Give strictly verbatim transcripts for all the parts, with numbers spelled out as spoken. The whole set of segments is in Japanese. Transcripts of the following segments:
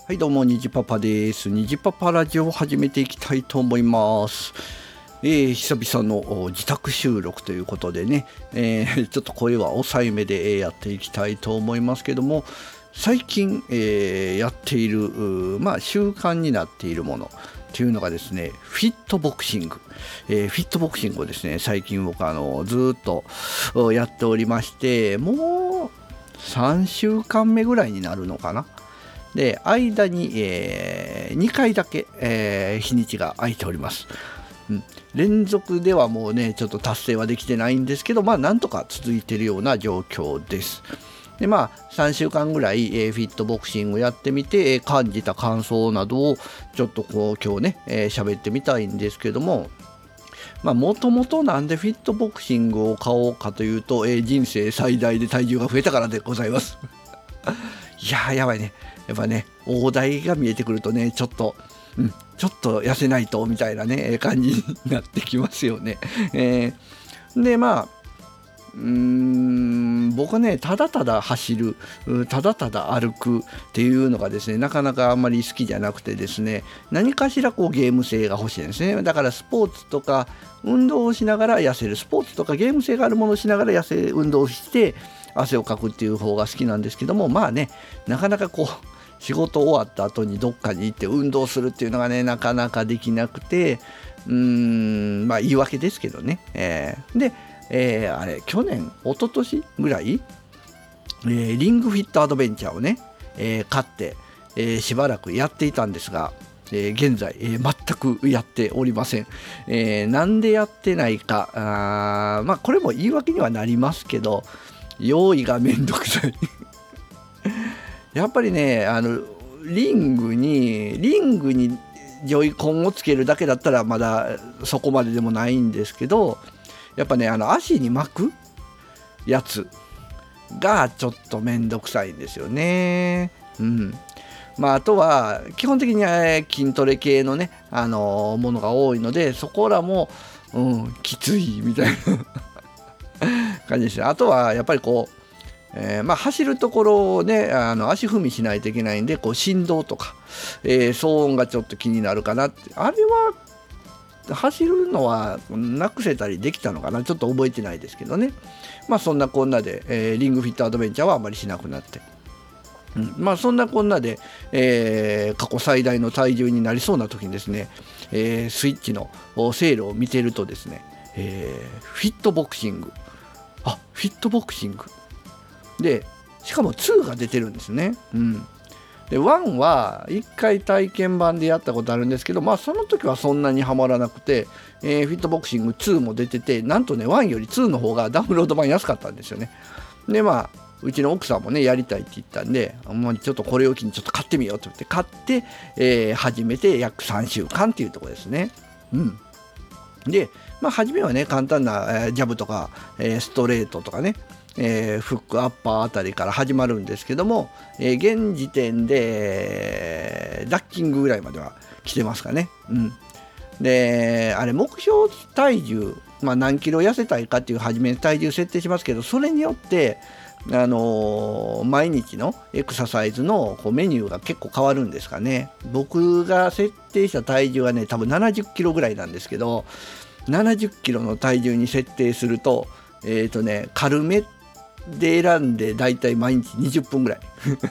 はい、どうも、にじパパです。にじパパラジオを始めていきたいと思います。えー、久々の自宅収録ということでね、えー、ちょっと声は抑えめでやっていきたいと思いますけども、最近、えー、やっている、まあ、習慣になっているものというのがですね、フィットボクシング、えー、フィットボクシングをですね、最近僕あのずっとやっておりまして、もうさんしゅうかんめぐらいになるのかな。で、間に、えー、にかいだけ、えー、日にちが空いております。うん、連続ではもうね、ちょっと達成はできてないんですけど、まあ、なんとか続いているような状況です。で、まあ、さんしゅうかんぐらい、えー、フィットボクシングやってみて、えー、感じた感想などをちょっとこう今日ね、えー、喋ってみたいんですけども、まあ、もともとなんでフィットボクシングを買おうかというと、えー、人生最大で体重が増えたからでございます。いやー、やばいね。やっぱね、大台が見えてくるとね、ちょっと、うん、ちょっと痩せないとみたいなね、感じになってきますよね。えー、で、まあ、うーん、僕ね、ただただ走る、ただただ歩くっていうのがですね、なかなかあんまり好きじゃなくてですね、何かしらこうゲーム性が欲しいんですね。だからスポーツとか運動をしながら痩せる、スポーツとかゲーム性があるものをしながら痩せ、運動して汗をかくっていう方が好きなんですけども、まあね、なかなかこう、仕事終わった後にどっかに行って運動するっていうのがね、なかなかできなくて、うーん、まあ言い訳ですけどね。えー、で、えー、あれ、去年、一昨年ぐらい、えー、リングフィットアドベンチャーをね、えー、買って、えー、しばらくやっていたんですが、えー、現在、えー、全くやっておりません。えー、なんでやってないか、あまあこれも言い訳にはなりますけど、用意がめんどくさい。やっぱりね、あのリングにリングにジョイコンをつけるだけだったらまだそこまででもないんですけど、やっぱね、あの足に巻くやつがちょっとめんどくさいんですよね。うん。まあ、あとは基本的には筋トレ系のね、あのー、ものが多いので、そこらも、うん、きついみたいな感じですね。あとはやっぱりこう、えーまあ、走るところをね、あの足踏みしないといけないんで、こう振動とか、えー、騒音がちょっと気になるかなって。あれは走るのはなくせたりできたのかな、ちょっと覚えてないですけどね。まあそんなこんなで、えー、リングフィットアドベンチャーはあまりしなくなって、うん、まあそんなこんなで、えー、過去最大の体重になりそうな時にですね、えー、スイッチのセールを見てるとですね、えー、フィットボクシング、あ、フィットボクシングで、しかもツーが出てるんですね。うん、でワンはいっかい体験版でやったことあるんですけど、まあその時はそんなにはまらなくて、えー、フィットボクシングツーも出てて、なんとねワンよりツーの方がダウンロード版安かったんですよね。でまあうちの奥さんもねやりたいって言ったんで、まあ、ちょっとこれを機にちょっと買ってみようと言って買って、えー、始めて約さんしゅうかんっていうところですね。うん。でまあ初めはね簡単な、えー、ジャブとか、えー、ストレートとかね、えー、フックアッパーあたりから始まるんですけども、えー、現時点でダッキングぐらいまでは来てますかね。うん、であれ目標体重、まあ、何キロ痩せたいかっていう初めに体重設定しますけど、それによってあのー、毎日のエクササイズのこうメニューが結構変わるんですかね。僕が設定した体重はね多分ななじゅっキロぐらいなんですけど、ななじゅっキロの体重に設定するとえっとね軽めで選んでだいたい毎日にじゅっぷんぐらい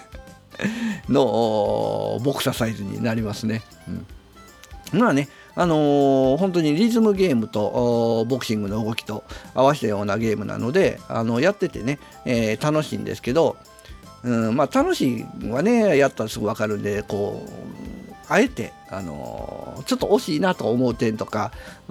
のボクササイズになりますね。うん、まあね、あのー、本当にリズムゲームとボクシングの動きと合わせたようなゲームなので、あのやっててね、えー、楽しいんですけど、うん、まあ楽しいはねやったらすぐ分かるんで、こうあえて、あのー、ちょっと惜しいなと思う点とか、うん、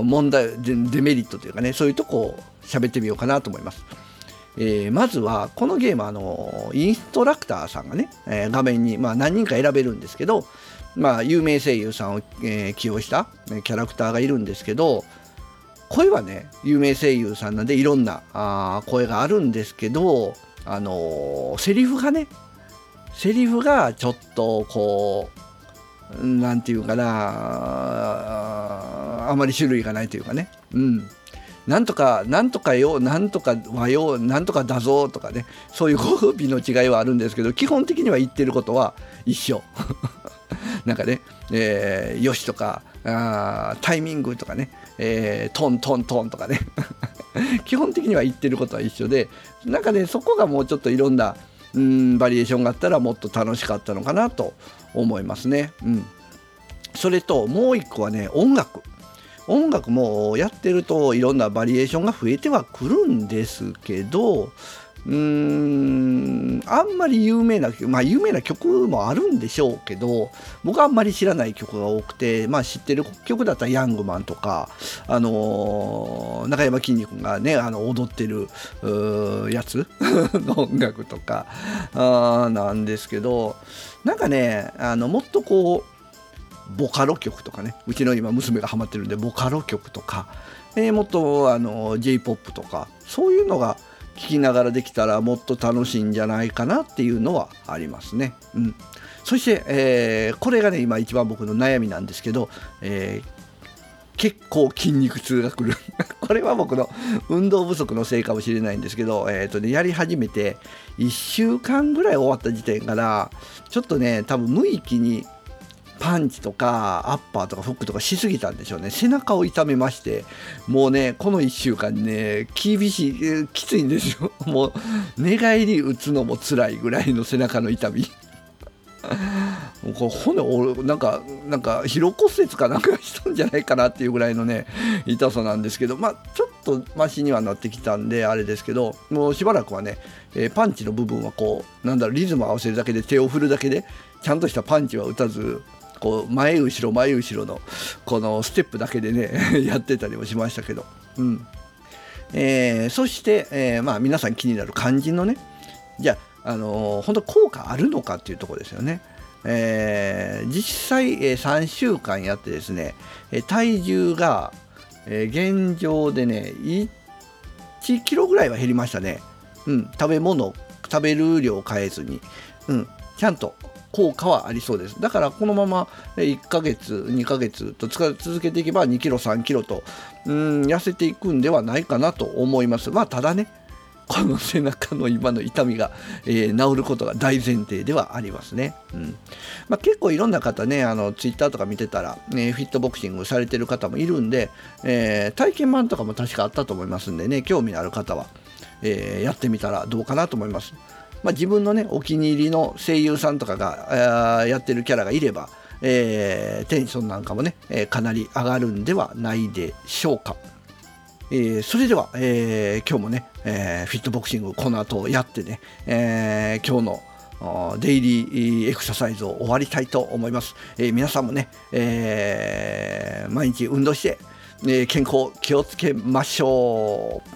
問題デメリットというかね、そういうとこを喋ってみようかなと思います。えー、まずはこのゲーム、あのインストラクターさんがね、えー、画面に、まあ、何人か選べるんですけど、まあ、有名声優さんを、えー、起用した、ね、キャラクターがいるんですけど、声はね有名声優さんなんでいろんなあ声があるんですけど、あのー、セリフがねセリフがちょっとこうなんていうかな、 あ, あまり種類がないというかね、うんなんとかなんとかよなんとかはよなんとかだぞとかね、そういう語尾の違いはあるんですけど、基本的には言ってることは一緒なんかね、えー、よしとかあタイミングとかね、えー、トントントンとかね基本的には言ってることは一緒で、なんかねそこがもうちょっといろんなうんバリエーションがあったらもっと楽しかったのかなと思いますね。うん、それともう一個はね、音楽音楽もやってるといろんなバリエーションが増えてはくるんですけど、うーんあんまり有名な、まあ有名な曲もあるんでしょうけど、僕はあんまり知らない曲が多くて、まあ知ってる曲だったらヤングマンとか、あのー、中山きんに君がねあの踊ってるやつの音楽とかあなんですけど、なんかねあのもっとこうボカロ曲とかね、うちの今娘がハマってるんでボカロ曲とか、えー、もっとあの ジェイポップ とかそういうのが聴きながらできたらもっと楽しいんじゃないかなっていうのはありますね。うん、そして、えー、これがね今一番僕の悩みなんですけど、えー、結構筋肉痛がくるこれは僕の運動不足のせいかもしれないんですけど、えーとね、やり始めていっしゅうかんぐらい終わった時点からちょっとね多分無意識にパンチとかアッパーとかフックとかしすぎたんでしょうね。背中を痛めまして、もうねこのいっしゅうかんね厳しい、えー、きついんですよ。もう寝返り打つのも辛いぐらいの背中の痛みもうこれ骨俺なんかなんか疲労骨折かなんかしたんじゃないかなっていうぐらいのね痛さなんですけど、まあちょっとマシにはなってきたんであれですけど、もうしばらくはね、えー、パンチの部分はこうなんだろうリズムを合わせるだけで手を振るだけでちゃんとしたパンチは打たず、こう前後ろ前後ろのこのステップだけでねやってたりもしましたけど、うんえー、そして、えーまあ、皆さん気になる肝心のね、じゃあ、あのー、本当効果あるのかっていうところですよね。えー、実際、えー、さんしゅうかんやってですね、えー、体重が、えー、現状でねいちキロぐらいは減りましたね。うん、食べ物食べる量を変えずに、うん、ちゃんと効果はありそうです。だからこのままいっかげつにかげつと続けていけばにキロさんキロとうん痩せていくんではないかなと思います。まあただねこの背中の今の痛みが、えー、治ることが大前提ではありますね。うんまあ、結構いろんな方ねあのツイッターとか見てたら、ね、フィットボクシングされてる方もいるんで、えー、体験版とかも確かあったと思いますんでね、興味のある方は、えー、やってみたらどうかなと思います。まあ、自分のねお気に入りの声優さんとかがやってるキャラがいれば、えー、テンションなんかもね、えー、かなり上がるんではないでしょうか。えー、それでは、えー、今日もね、えー、フィットボクシングこの後やってね、えー、今日のデイリーエクササイズを終わりたいと思います。えー、皆さんもね、えー、毎日運動して、えー、健康気をつけましょう。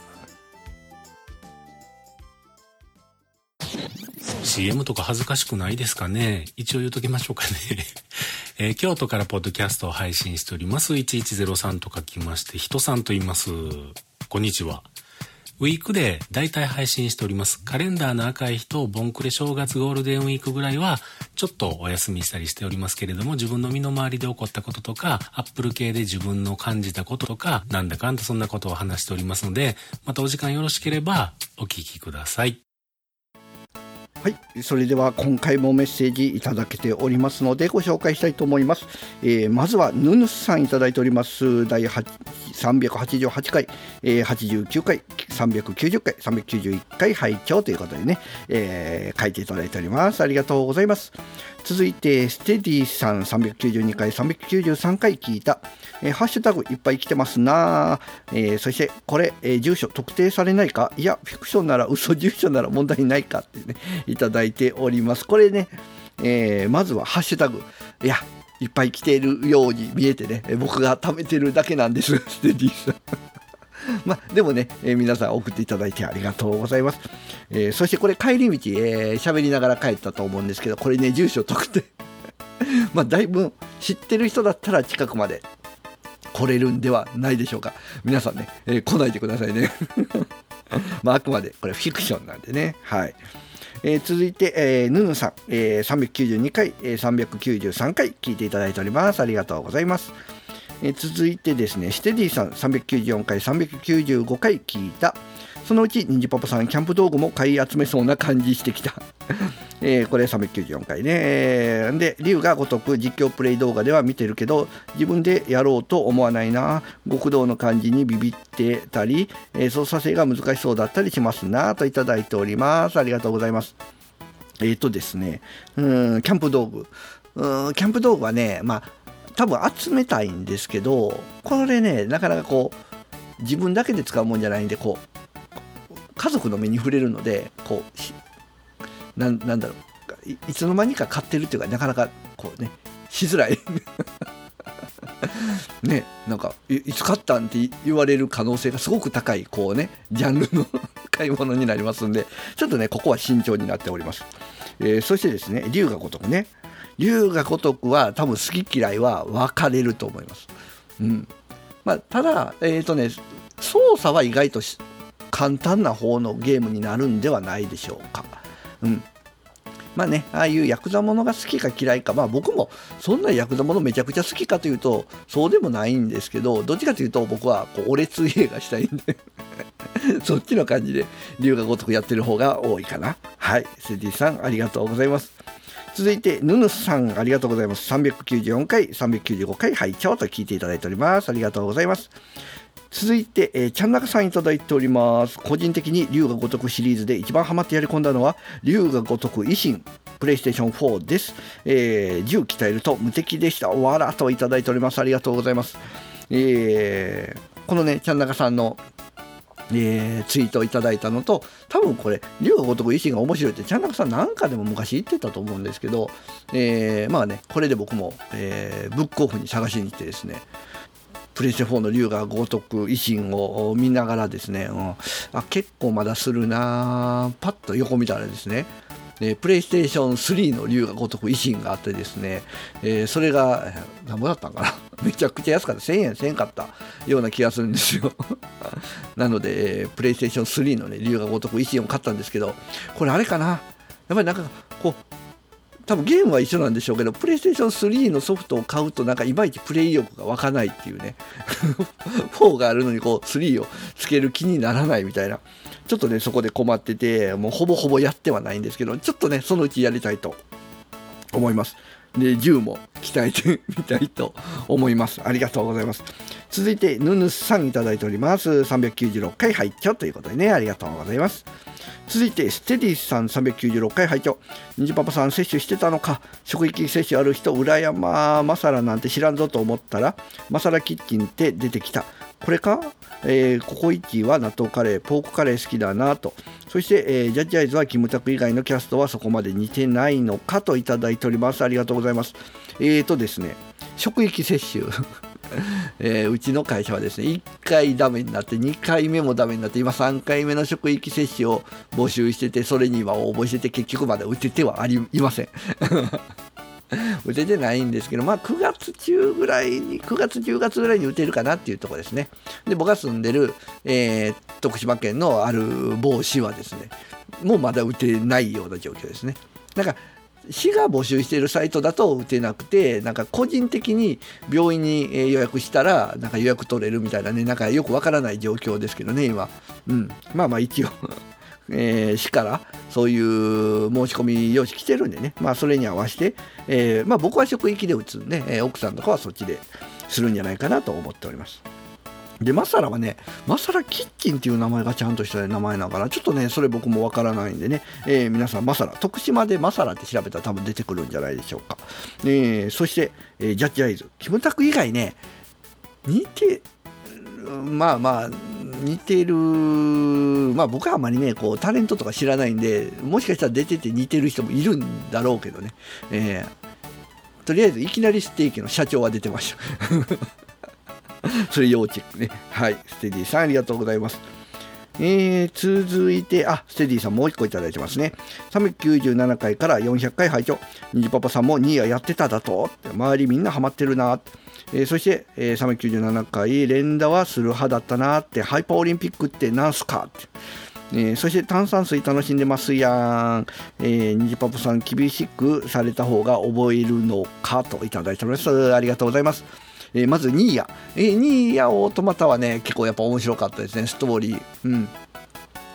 シーエム とか恥ずかしくないですかね。一応言うときましょうかね、えー、京都からポッドキャストを配信しておりますいちいちゼロさんと書きまして人さんと言います。こんにちは。ウィークでだいたい配信しております。カレンダーの赤い日とボンクレ正月ゴールデンウィークぐらいはちょっとお休みしたりしておりますけれども、自分の身の回りで起こったこととかアップル系で自分の感じたこととかなんだかんだそんなことを話しておりますので、またお時間よろしければお聞きください。 はい、それでは今回もメッセージいただけておりますのでご紹介したいと思います。えー、まずはヌヌスさんいただいております第さんびゃくはちじゅうはちかい、えー、はちじゅうきゅうかいさんびゃくきゅうじゅっかいさんびゃくきゅうじゅういっかい拝聴ということでね、えー、書いていただいております。ありがとうございます。続いてステディさんさんびゃくきゅうじゅうにかいさんびゃくきゅうじゅうさんかい聞いた、えー、ハッシュタグいっぱい来てますな、えー、そしてこれ、えー、住所特定されないか、いやフィクションなら嘘、住所なら問題ないかってねいただいております。これね、えー、まずはハッシュタグいやいっぱい来ているように見えてね、僕が貯めてるだけなんですステディさんまあでもね、えー、皆さん送っていただいてありがとうございます。えー、そしてこれ帰り道喋、えー、りながら帰ったと思うんですけど、これね住所特定まあだいぶ知ってる人だったら近くまで来れるんではないでしょうか。皆さんね、えー、来ないでくださいねまああくまでこれフィクションなんでね。はい。えー、続いて、えー、ヌヌさん、えー、さんびゃくきゅうじゅうにかい、えー、さんびゃくきゅうじゅうさんかい聞いていただいております。ありがとうございます。えー、続いてですね、ステディさんさんびゃくきゅうじゅうよんかいさんびゃくきゅうじゅうごかい聞いた。そのうちニンジパパさんキャンプ道具も買い集めそうな感じしてきたえー、これさんびゃくきゅうじゅうよんかいね、えー、で龍が如く実況プレイ動画では見てるけど自分でやろうと思わないな。極道の感じにビビってたり、えー、操作性が難しそうだったりしますなといただいております。ありがとうございます。えーとですねうんキャンプ道具うんキャンプ道具はねまあ多分集めたいんですけどこれねなかなかこう自分だけで使うもんじゃないんでこう家族の目に触れるのでこう な, なんだろう い, いつの間にか買ってるっていうかなかなかこうねしづらいねなんか い, いつ買ったんって言われる可能性がすごく高いこうねジャンルの買い物になりますんでちょっとねここは慎重になっております。えー、そしてですね龍が如くね龍が如くは多分好き嫌いは分かれると思います。うんまあ、ただ、えーとね、操作は意外と簡単な方のゲームになるんではないでしょうか。うんまあね、ああいうヤクザものが好きか嫌いか、まあ僕もそんなヤクザものめちゃくちゃ好きかというとそうでもないんですけどどっちかというと僕はこうお列映画したいんでそっちの感じで龍が如くやってる方が多いかな。はい、セディさんありがとうございます。続いてヌヌスさんありがとうございます。さんびゃくきゅうじゅうよんかいさんびゃくきゅうじゅうごかい拝聴と聞いていただいております。ありがとうございます。続いて、えー、ちゃんなかさんいただいております。個人的に龍が如くシリーズで一番ハマってやり込んだのは龍が如く維新プレイステーションフォーです。えー、銃鍛えると無敵でした。わらといただいております。ありがとうございます。えー、このねちゃんなかさんのえー、ツイートをいただいたのと多分これ龍が如く維新が面白いってちゃんなかさんなんかでも昔言ってたと思うんですけど、えー、まあねこれで僕も、えー、ブックオフに探しに行ってですねプレイステフォーの龍が如く維新を見ながらですね、うん、あ結構まだするなパッと横見たらですねえー、プレイステーションスリーの龍が如く維新があってですね、えー、それが何ぼだったんかなめちゃくちゃ安かったせんえんせんかったような気がするんですよなので、えー、プレイステーションスリーのね龍が如く維新を買ったんですけどこれあれかなやっぱりなんかこう多分ゲームは一緒なんでしょうけどプレイステーションスリーのソフトを買うとなんかいまいちプレイ意欲が湧かないっていうねフォーがあるのにこうスリーをつける気にならないみたいなちょっとねそこで困っててもうほぼほぼやってはないんですけどちょっとねそのうちやりたいと思います。で銃も鍛えてみたいと思います。ありがとうございます。続いてヌヌスさんいただいております。さんびゃくきゅうじゅうろっかい拝聴ということでねありがとうございます。続いてステディさんさんびゃくきゅうじゅうろっかい拝聴。にじパパさん接種してたのか。職域接種ある人裏山マサラなんて知らんぞと思ったらマサラキッチンって出てきた。これか、えー、ココイチは納豆カレーポークカレー好きだなと。そして、えー、ジャッジアイズはキムタク以外のキャストはそこまで似てないのかといただいております。ありがとうございます。えーとですね職域接種えー、うちの会社はですねいっかいダメになってにかいめもダメになって今さんかいめの職域接種を募集しててそれに今応募してて結局まだ打ててはありいません打ててないんですけど、まあ、くがつ中ぐらいにくがつじゅうがつぐらいに打てるかなっていうところですね。で僕が住んでる、えー、徳島県のある某市はですねもうまだ打てないような状況ですね。なんか市が募集しているサイトだと打てなくてなんか個人的に病院に予約したらなんか予約取れるみたいなねなんかよくわからない状況ですけどね今、うん、まあまあ一応えー、市からそういう申し込み用紙来てるんでね、まあ、それに合わせて、えーまあ、僕は職域で打つんで、えー、奥さんとかはそっちでするんじゃないかなと思っております。でマサラはねマサラキッチンっていう名前がちゃんとした名前なのかなちょっとねそれ僕もわからないんでね、えー、皆さんマサラ徳島でマサラって調べたら多分出てくるんじゃないでしょうか。えー、そして、えー、ジャッジアイズキムタク以外ね似てまあまあ似てるまあ僕はあまりねこうタレントとか知らないんでもしかしたら出てて似てる人もいるんだろうけどね、えー、とりあえずいきなりステーキの社長は出てましたそれ要チェックね。はい、ステディさんありがとうございます。えー、続いてあステディさんもう一個いただいてますね。さんびゃくきゅうじゅうななかいからよんひゃっかい拝聴。にじパパさんもニーヤやってただと周りみんなハマってるなって、えー、そして、えー、さんびゃくきゅうじゅうななかい連打はする派だったなってハイパーオリンピックってなんすかって、えー、そして炭酸水楽しんでますやん、えー、にじパパさん厳しくされた方が覚えるのかといただいております。ありがとうございます。えー、まずニーヤ、えー、ニーヤオートマタはね結構やっぱ面白かったですねストーリー、うん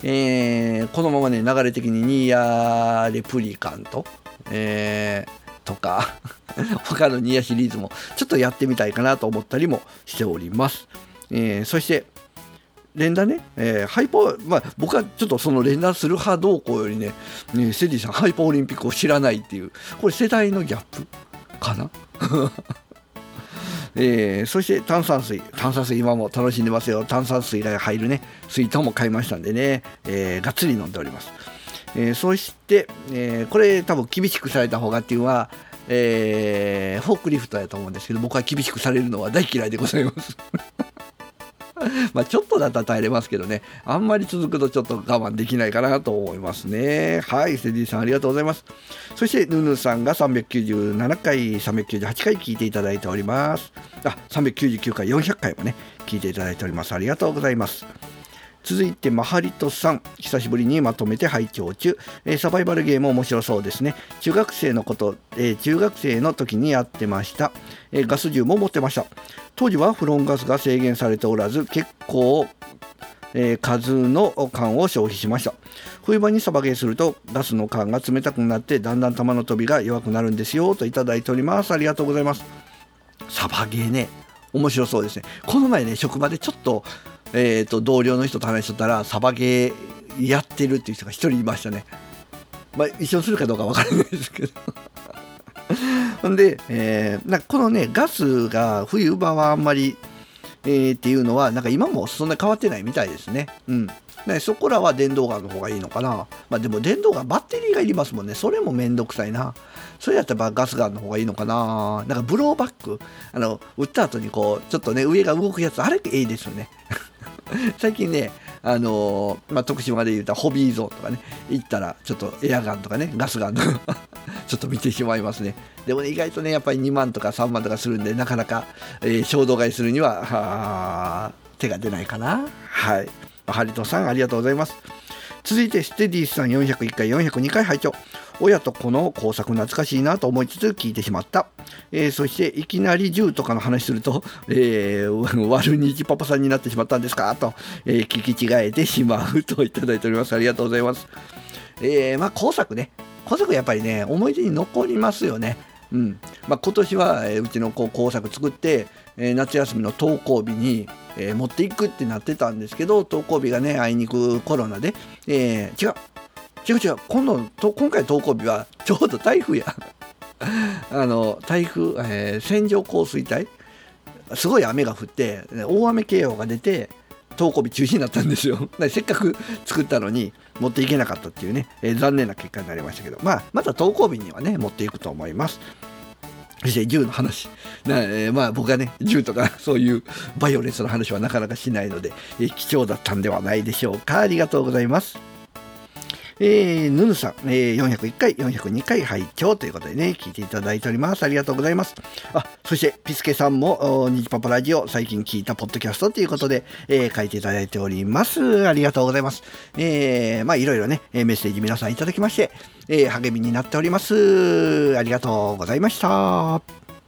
えー、このままね流れ的にニーヤレプリカント、えー、とか他のニーヤシリーズもちょっとやってみたいかなと思ったりもしております。えー、そして連打ね、えー、ハイパー、まあ僕はちょっとその連打する派どうこうよりね、ねセディさんハイパーオリンピックを知らないっていう、これ世代のギャップかなえー、そして炭酸水炭酸水今も楽しんでますよ。炭酸水が入るね水筒も買いましたんでね、えー、がっつり飲んでおります。えー、そして、えー、これ多分厳しくされた方がっていうのは、えー、フォークリフトだと思うんですけど、僕は厳しくされるのは大嫌いでございますまあちょっとだったら耐えれますけどね、あんまり続くとちょっと我慢できないかなと思いますね。はい、セディさんありがとうございます。そしてヌヌさんがさんびゃくきゅうじゅうななかいさんびゃくきゅうじゅうはちかい聞いていただいております。あ、さんびゃくきゅうじゅうきゅうかいよんひゃっかいもね聞いていただいております。ありがとうございます。続いてマハリトさん、久しぶりにまとめて拝聴中、えー、サバイバルゲーム面白そうですね。中学生のこと、えー、中学生の時にやってました、えー、ガス銃も持ってました。当時はフロンガスが制限されておらず結構、えー、数の缶を消費しました。冬場にサバゲーするとガスの缶が冷たくなってだんだん弾の飛びが弱くなるんですよといただいております。ありがとうございます。サバゲーね面白そうですね。この前ね職場でちょっとえー、と同僚の人と話しとったらサバゲーやってるっていう人が一人いましたね。まあ一緒にするかどうかわからないですけどほんで、えー、なんかこのねガスが冬場はあんまり、えー、っていうのはなんか今もそんな変わってないみたいですね。うん。でそこらは電動ガンの方がいいのかな。まあでも電動ガンバッテリーがいりますもんね。それもめんどくさいな。それやったらガスガンの方がいいのかな。なんかブローバック、あの撃った後にこうちょっとね上が動くやつ、あれっていいですよね最近ね、あのーまあ、徳島で言うたホビーゾーンとかね行ったらちょっとエアガンとかねガスガンとかちょっと見てしまいますね。でもね意外とねやっぱりにまんとかさんまんとかするんでなかなか、えー、衝動買いするにはは手が出ないかな。はい、ハリトさんありがとうございます。続いてステディさんよんひゃくいっかいよんひゃくにかい拝聴。親と子の工作懐かしいなと思いつつ聞いてしまった、えー、そしていきなり銃とかの話すると、えー、悪日パパさんになってしまったんですかと、えー、聞き違えてしまうといただいております。ありがとうございます。えー、まあ工作ね工作やっぱりね思い出に残りますよね。うんまあ、今年は、えー、うちの子工作作って、えー、夏休みの登校日に、えー、持っていくってなってたんですけど、登校日がねあいにくコロナで、えー、違う違う違う今度と今回登校日はちょうど台風やあの台風、えー、線状降水帯すごい雨が降って大雨警報が出て登校日中止になったんですよ。せっかく作ったのに持っていけなかったっていうね、えー、残念な結果になりましたけど、まあまた登校日にはね持っていくと思います。そして銃の話な、えー、まあ僕はね銃とかそういうバイオレンスの話はなかなかしないので、えー、貴重だったんではないでしょうか。ありがとうございます。えー、ヌヌさん、えー、よんひゃくいっかいよんひゃくにかい拝聴ということでね聞いていただいております。ありがとうございます。あ、そしてピスケさんもニジパパラジオ最近聞いたポッドキャストということで、えー、書いていただいております。ありがとうございます。えー、まあいろいろねメッセージ皆さんいただきまして、えー、励みになっております。ありがとうございました。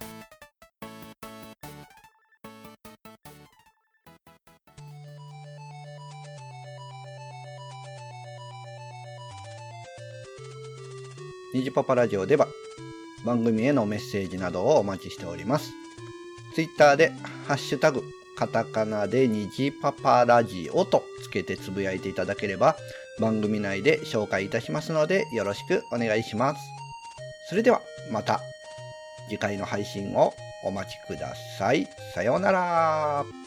ニジパパラジオでは番組へのメッセージなどをお待ちしております。ツイッターでハッシュタグカタカナでニジパパラジオとつけてつぶやいていただければ番組内で紹介いたしますのでよろしくお願いします。それではまた次回の配信をお待ちください。さようなら。